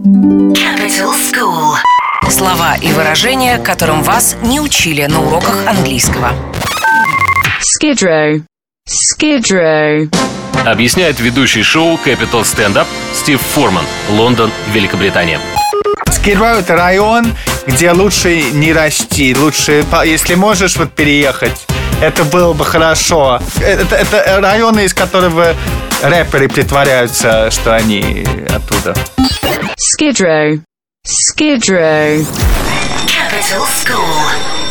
Capital School. Слова и выражения, которым вас не учили на уроках английского. Skid Row. Skid Row. Объясняет ведущий шоу Capital Stand-Up Стив Форман, Лондон, Великобритания. Skid Row — это район, где лучше не расти. Лучше, если можешь переехать, это было бы хорошо. Это районы, из которого рэперы притворяются, что они оттуда. Skid Row. Skid Row. Capital School.